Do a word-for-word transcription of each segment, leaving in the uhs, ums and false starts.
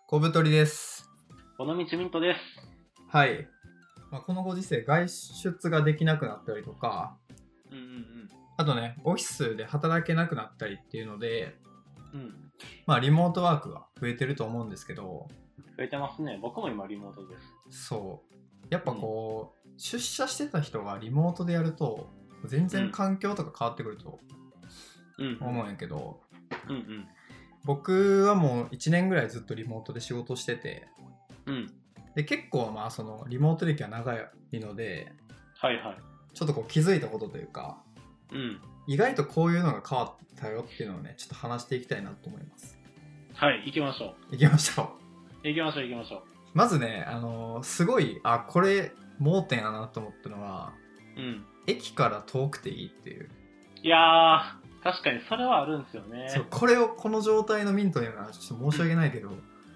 小太りです。 尾道ミントです。 はい。まあ、このご時世、外出ができなくなったりとか、 うんうんうん。 あとね、オフィスで働けなくなったりっていうので、 うん。 まあ、リモートワークが増えてると思うんですけど、 増えてますね。僕も今リモートです。 そう。やっぱこう、うん、出社してた人がリモートでやると、全然環境とか変わってくると思うんやけど、 うんうん、 僕はもういちねんぐらいずっとリモートで仕事してて、 うん、 で結構まあそのリモート歴は長いので、 はいはい、 ちょっとこう気づいたことというか、 うん、 意外とこういうのが変わったよっていうのをね、ちょっと話していきたいなと思います。 はい、行きましょう。 行きましょう。行きましょう、行きましょう。 まずね、あのー、すごい、あ、これ盲点やなと思ったのは、 うん。 駅から遠くていいっていう。 いやー、確かにそれはあるんですよね。 そう、これをこの状態のミントにはちょっと申し訳ないけど。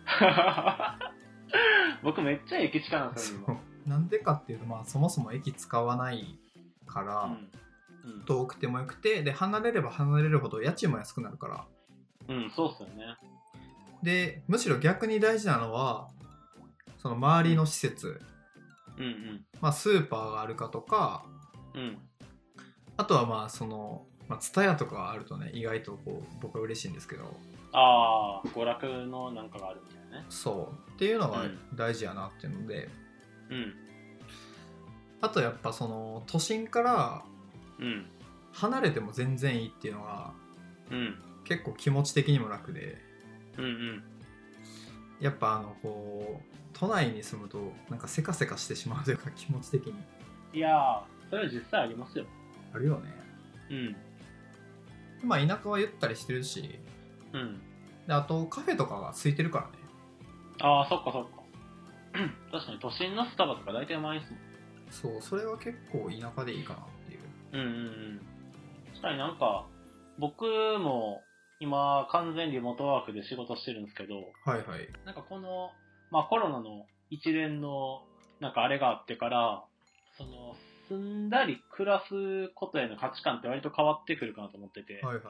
僕めっちゃ駅近なんですよ、今。 なんでかっていうと、まあそもそも駅使わないから、うんうん、遠くてもよくて、で、離れれば離れるほど家賃も安くなるから。 うん、そうっすよね。 で、むしろ逆に大事なのは、その周りの施設、 うんうん、 まあ、スーパーがあるかとか、うん、あとはまあそのまあ、TSUTAYAとかがあるとね、意外とこう僕は嬉しいんですけど、 ああ、娯楽のなんかがあるみたいなね。 そうっていうのが大事やなっていうので、うん、あとやっぱその都心から離れても全然いいっていうのが、うん、結構気持ち的にも楽で、うんうん、やっぱあのこう都内に住むとなんかせかせかしてしまうというか、気持ち的に。 いやー、それは実際ありますよ。 あるよね。うん。まあ田舎はゆったりしてるし、うん。であとカフェとかが空いてるからね。 ああ、そっかそっか。確かに都心のスタバとか大体満員ですもん。そう、それは結構田舎でいいかなっていう。 うんうんうん。確かになんか僕も今完全リモートワークで仕事してるんですけど、 はいはい。 なんかこの、まあ、コロナの一連のなんかあれがあってから、その住んだり暮らすことへの価値観って割と変わってくるかなと思ってて、はいはい、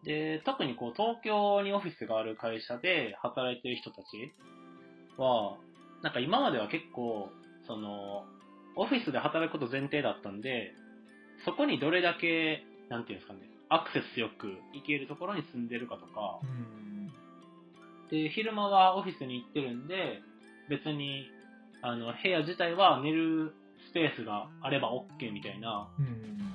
で特にこう東京にオフィスがある会社で働いてる人たちはなんか今までは結構そのオフィスで働くこと前提だったんで、そこにどれだけなんていうんですかね、アクセスよく行けるところに住んでるかとか、うんで昼間はオフィスに行ってるんで別にあの部屋自体は寝るスペースがあれば OK みたいな、うん、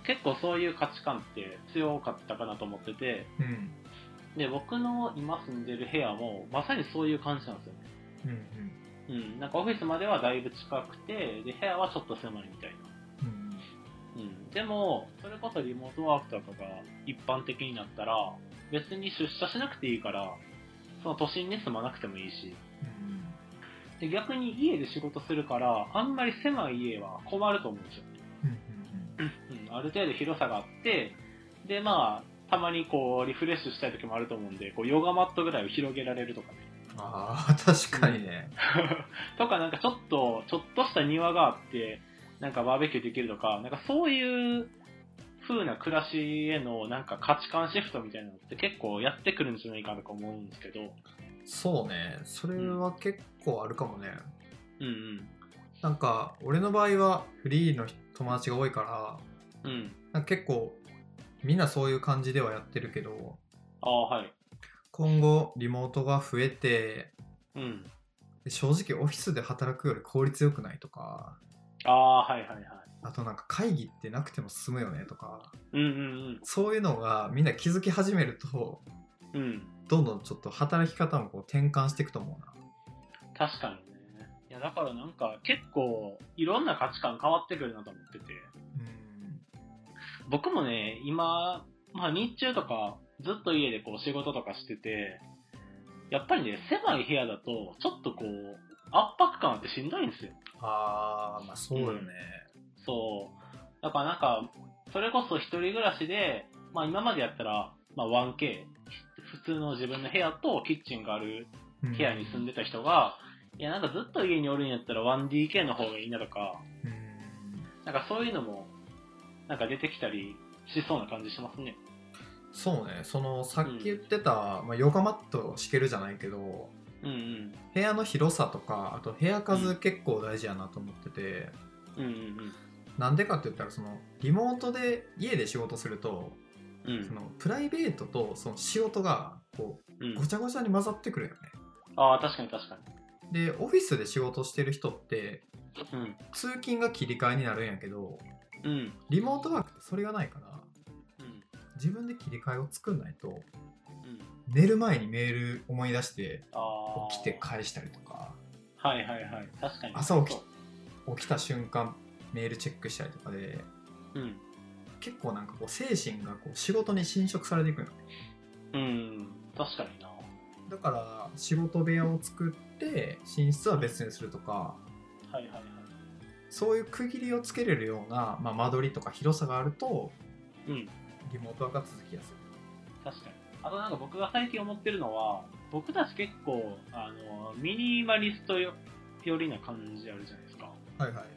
結構そういう価値観って強かったかなと思ってて、うん、で僕の今住んでる部屋もまさにそういう感じなんですよね、うんうんうん、なんかオフィスまではだいぶ近くてで部屋はちょっと狭いみたいな、うんうん、でもそれこそリモートワークとかが一般的になったら別に出社しなくていいからその都心に住まなくてもいいし、で逆に家で仕事するからあんまり狭い家は困ると思うんですよね、うん、ある程度広さがあってでまあたまにこうリフレッシュしたい時もあると思うんでこうヨガマットぐらいを広げられるとかね、 ああ確かにね、 うん、とかなんかちょっとちょっとした庭があってなんかバーベキューできるとかなんかそういう風な暮らしへのなんか価値観シフトみたいなのって結構やってくるんじゃないかなと思うんですけど。 そうね、それは結構あるかもね、 うんうん、 なんか俺の場合はフリーの友達が多いから、うん、なんか結構みんなそういう感じではやってるけど、 あ、はい、 今後リモートが増えて、うん、正直オフィスで働くより効率よくないとか、 あ、はいはいはい、 あとなんか会議ってなくても済むよねとか、 うんうんうん、 そういうのがみんな気づき始めると、うん、どんどんちょっと働き方もこう転換していくと思うな。 確かにね。いやだからなんか結構いろんな価値観変わってくるなと思ってて、うん、僕もね今、まあ、日中とかずっと家でこう仕事とかしててやっぱりね狭い部屋だとちょっとこう圧迫感あってしんどいんですよ。 あー、まあそうよね、うん、 そうだからなんかそれこそ一人暮らしで、まあ、今までやったら、まあ、ワンケー 普通の自分の部屋とキッチンがある部屋に住んでた人が、うん、いやなんかずっと家におるんやったら ワンディーケー の方がいいなとか、うん、なんかそういうのもなんか出てきたりしそうな感じしますね。 そうね、そのさっき言ってた、うん、まあ、ヨガマット敷けるじゃないけど、 うんうん、 部屋の広さとか、あと部屋数結構大事やなと思ってて、 うんうんうん、 なんでかって言ったら、そのリモートで家で仕事すると、うん、そのプライベートとその仕事がこう、うん、ごちゃごちゃに混ざってくるよね。 ああ、確かに確かに。 でオフィスで仕事してる人って、うん、通勤が切り替えになるんやけど、うん、リモートワークってそれがないから、うん、自分で切り替えを作んないと、うん、寝る前にメール思い出して起きて返したりとか、 はいはいはい、確かに朝起き、起きた瞬間メールチェックしたりとかで、うん、結構なんかこう精神がこう仕事に侵食されていくのね。 うん、確かにな。 だから仕事部屋を作って寝室は別にするとか、はいはいはい、そういう区切りをつけれるような、まあ、間取りとか広さがあると、うん、リモートワークが続きやすい。 確かに。あとなんか僕が最近思ってるのは、僕たち結構あのミニマリストよりな感じあるじゃないですか。 はいはい。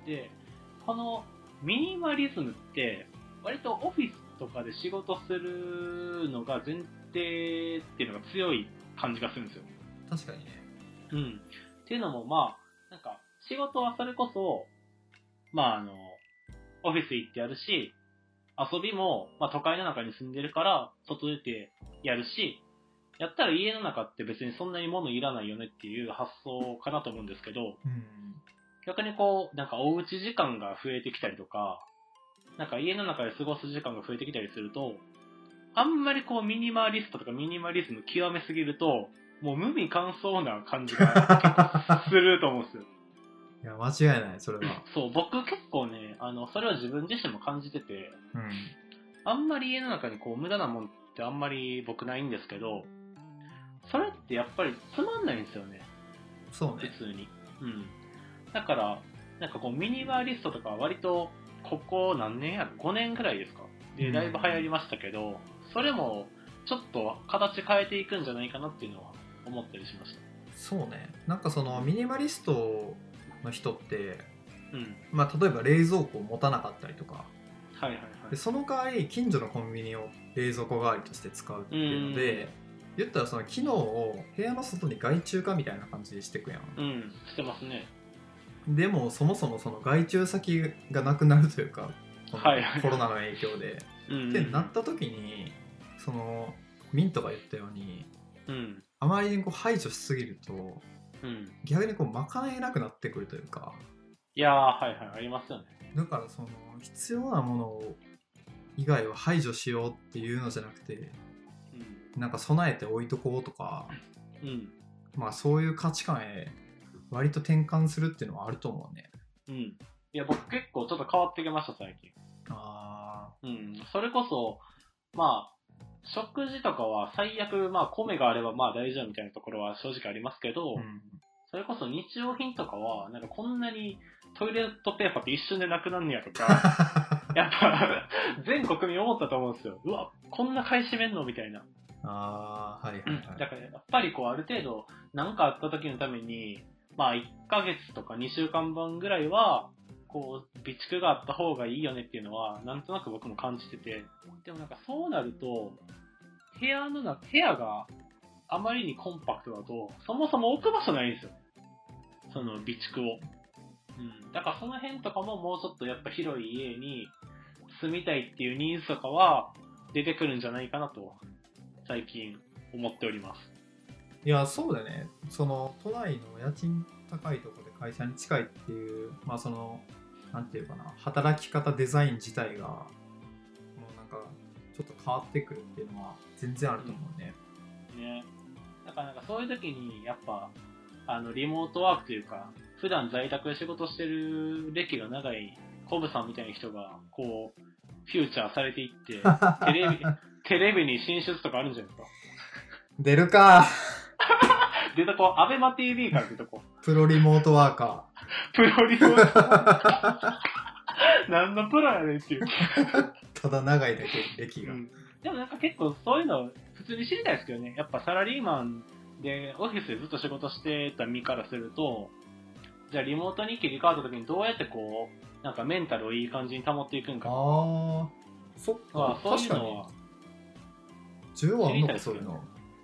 で、このミニマリズムって割とオフィスとかで仕事するのが前提っていうのが強い感じがするんですよ。 確かにね。 うん。っていうのもまあなんか仕事はそれこそまああのオフィス行ってやるし、遊びもまあ都会の中に住んでるから外出てやるし、やったら家の中って別にそんなに物いらないよねっていう発想かなと思うんですけど、うん、逆にこうなんかおうち時間が増えてきたりとか、なんか家の中で過ごす時間が増えてきたりすると、あんまりこうミニマリストとかミニマリズム極めすぎると、もう無味乾燥な感じがすると思うんですよ。 いや、間違いない、それは。 そう、僕結構ね、あの、それは自分自身も感じてて、うん、あんまり家の中にこう無駄なもんってあんまり僕ないんですけど、それってやっぱりつまんないんですよね。 そうね。 普通に。うん。だから、なんかこうミニマリストとかは割と、ここ何年やろごねんくらいですかで、だいぶ流行りましたけど、うん、それもちょっと形変えていくんじゃないかなっていうのは思ったりしました。 そうね。なんかそのミニマリストの人って、うん、まあ例えば冷蔵庫を持たなかったりとか、はいはいはい、でその代わり近所のコンビニを冷蔵庫代わりとして使うっていうので、言ったらその機能を部屋の外に外注化みたいな感じでしていくやん。 うん、してますね。 でもそもそもその外注先がなくなるというか、はいはい、コロナの影響でってなった時に、そのミントが言ったように、うん、あまりにこう排除しすぎると、うん、逆にこう賄えなくなってくるというか。 いやー、はいはい、ありますよね。 だからその必要なものを以外は排除しようっていうのじゃなくて、うん、なんか備えて置いとこうとか、うん、まあそういう価値観へ割と転換するっていうのはあると思うね。 うん。いや、僕結構ちょっと変わってきました、最近。ああ。うん。それこそ、まあ、食事とかは最悪、まあ、米があればまあ大丈夫みたいなところは正直ありますけど、うん、それこそ日用品とかは、なんかこんなにトイレットペーパーって一瞬でなくなんねやとか、やっぱ、全国民思ったと思うんですよ。うわ、こんな買い占めんのみたいな。 ああ、はいはいはい。 だからやっぱりこうある程度、なんかあった時のために、まあいっかげつとかにしゅうかんぶんぐらいは、こう、備蓄があった方がいいよねっていうのは、なんとなく僕も感じてて。でもなんかそうなると、部屋の中、部屋があまりにコンパクトだと、そもそも置く場所ないんですよ。その備蓄を。うん。だからその辺とかももうちょっとやっぱ広い家に住みたいっていうニーズとかは出てくるんじゃないかなと、最近思っております。 いや、そうだね。その都内の家賃高いところで会社に近いっていう、まあそのなんていうかな、働き方デザイン自体がもうなんかちょっと変わってくるっていうのは全然あると思うね。 うん、ね。だからなんかそういう時にやっぱあのリモートワークというか普段在宅で仕事してる歴が長いコブさんみたいな人がこうフューチャーされていってテレビテレビに進出とかあるんじゃないですか。 出るか。 出たこうアベマ ティーブイ から出たこうプロリモートワーカー。プロリモートワーカー。何のプロやねんっていう。 ただ長いだけ歴が、うん。 でもなんか結構そういうの普通に知りたいですけどね。やっぱサラリーマンでオフィスでずっと仕事してた身からすると、じゃあリモートに切り替わった時にどうやってこうなんかメンタルをいい感じに保っていくんか。ああ、 そっか。 そういうのは需要あんのかそういうの。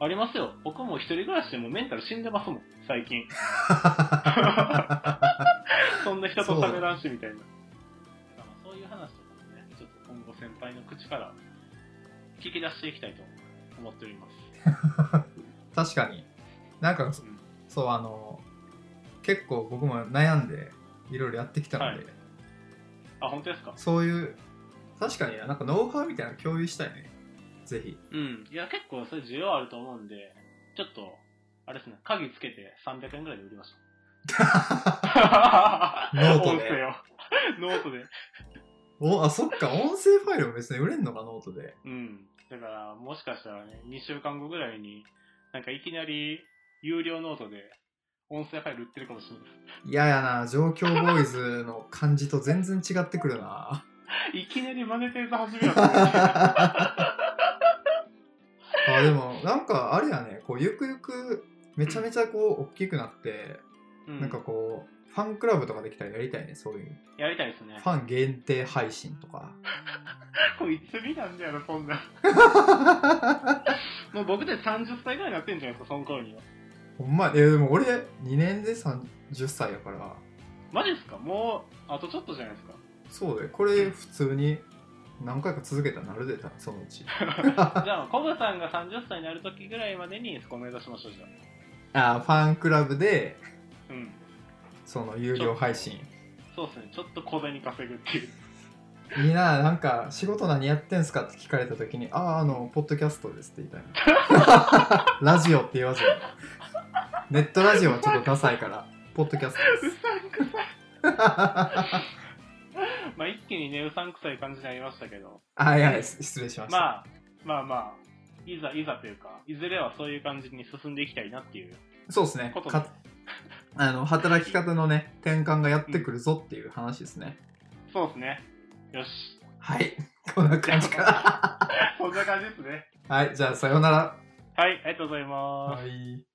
ありますよ。僕も一人暮らしでもメンタル死んでますもん、最近。そんな人と喋らんしみたいな。そういう話とかもね、ちょっと今後先輩の口から聞き出していきたいと思っております。 確かに。なんか、うん、そう、あの、結構僕も悩んでいろいろやってきたので、はい、 あ、本当ですか？ そういう、確かになんかノウハウみたいなの共有したいね。ぜひ。 うん。いや、結構それ需要あると思うんで、ちょっと、あれですね、鍵つけてさんびゃくえんぐらいで売りましょう。ノートで。ノートで。 お、あ、そっか、音声ファイルも別に売れんのか、ノートで。 うん。だから、もしかしたらね、にしゅうかんごぐらいに、なんかいきなり、有料ノートで、音声ファイル売ってるかもしれない。 嫌やな、状況ボーイズの感じと全然違ってくるな。 いきなりマネテーズ始めようと思って。 あ、でもなんかあれやね、こうゆくゆくめちゃめちゃこう大きくなって、うん、なんかこうファンクラブとかできたらやりたいね、そういう。 やりたいですね。 ファン限定配信とか。 こいつ見なんだよな、そんな。もう僕でさんじゅっさいぐらいになってんじゃないですか、その頃には。 ほんま、えでも俺にねんでさんじゅっさいやから。 マジですか？もうあとちょっとじゃないですか。 そうで、これ普通に何回か続けたらなるでた、そのうち。じゃあコブさんがさんじゅっさいになる時ぐらいまでにそこを目指しましょう。じゃああ、ファンクラブで、 うん、 その有料配信。 そうですね、ちょっと小銭稼ぐっていう。 いいな、なんか仕事何やってんすかって聞かれた時に、ああ、あのポッドキャストですって言いたいな。ラジオって言わずに、ネットラジオはちょっとダサいからポッドキャストです。 うさんくさい。まあ一気にね、うさんくさい感じになりましたけど。 あ、いや、失礼しました。 まあまあまあ、いざいざというか、いずれはそういう感じに進んでいきたいなっていう。 そうですね。かあの働き方のね、転換がやってくるぞっていう話ですね。 うん、そうですね。よし。 はい、こんな感じか。 こんな感じですね。 はい、じゃあさようなら。 はい、ありがとうございます。 はい。